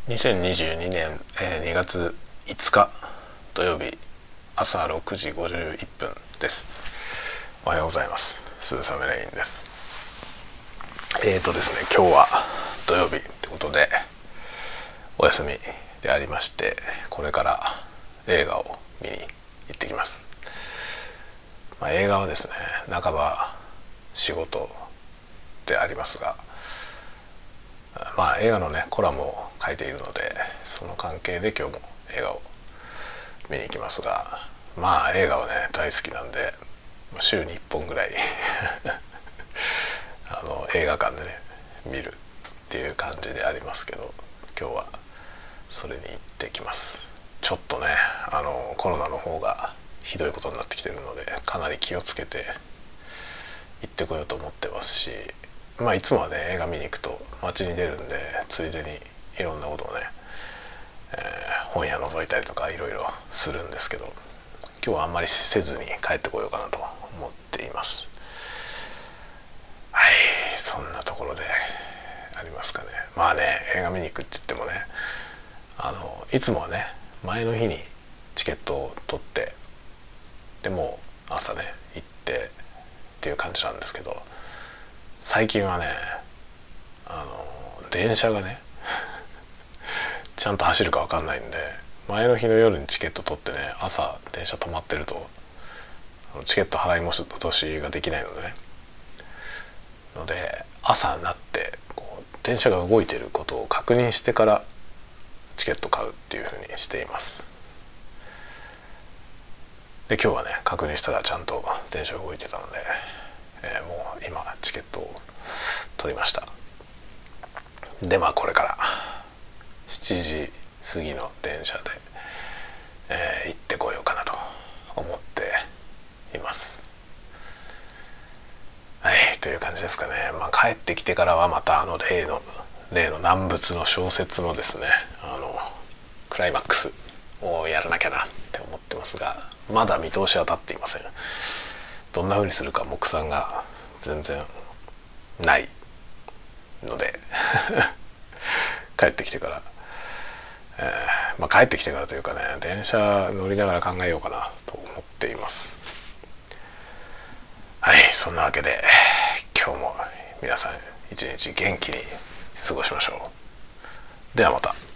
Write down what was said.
2022年2月5日土曜日朝6時51分です。おはようございます。鈴雨レインです。ですね、今日は土曜日ってことでお休みでありまして、これから映画を見に行ってきます。映画はですね、半ば仕事でありますが、映画のねコラムを書いているので、その関係で今日も映画を見に行きますが、映画はね大好きなんで、週に1本ぐらい映画館でね見るっていう感じでありますけど、今日はそれに行ってきます。ちょっとねコロナの方がひどいことになってきてるので、かなり気をつけて行ってこようと思ってますし、いつもはね映画見に行くと街に出るんで、ついでにいろんなことをね、本屋覗いたりとかいろいろするんですけど、今日はあんまりせずに帰ってこようかなと思っています。はい、そんなところでありますかね。映画見に行くって言ってもね、いつもはね前の日にチケットを取って、でも朝ね行ってっていう感じなんですけど、最近はね電車がねちゃんと走るか分かんないんで、前の日の夜にチケット取ってね、朝電車止まってるとチケット払い戻しができないのでね、朝になって電車が動いていることを確認してからチケット買うっていうふうにしています。で今日はね確認したらちゃんと電車が動いてたので、もう今チケットを取りました。でこれから7時過ぎの電車で、行ってこようかなと思っています。はい、という感じですかね。帰ってきてからはまた例の難物の小説のですねクライマックスをやらなきゃなって思ってますが、まだ見通しは立っていません。どんな風にするか目算が全然ないので帰ってきてから、帰ってきてからというかね、電車乗りながら考えようかなと思っています。はい、そんなわけで今日も皆さん一日元気に過ごしましょう。ではまた。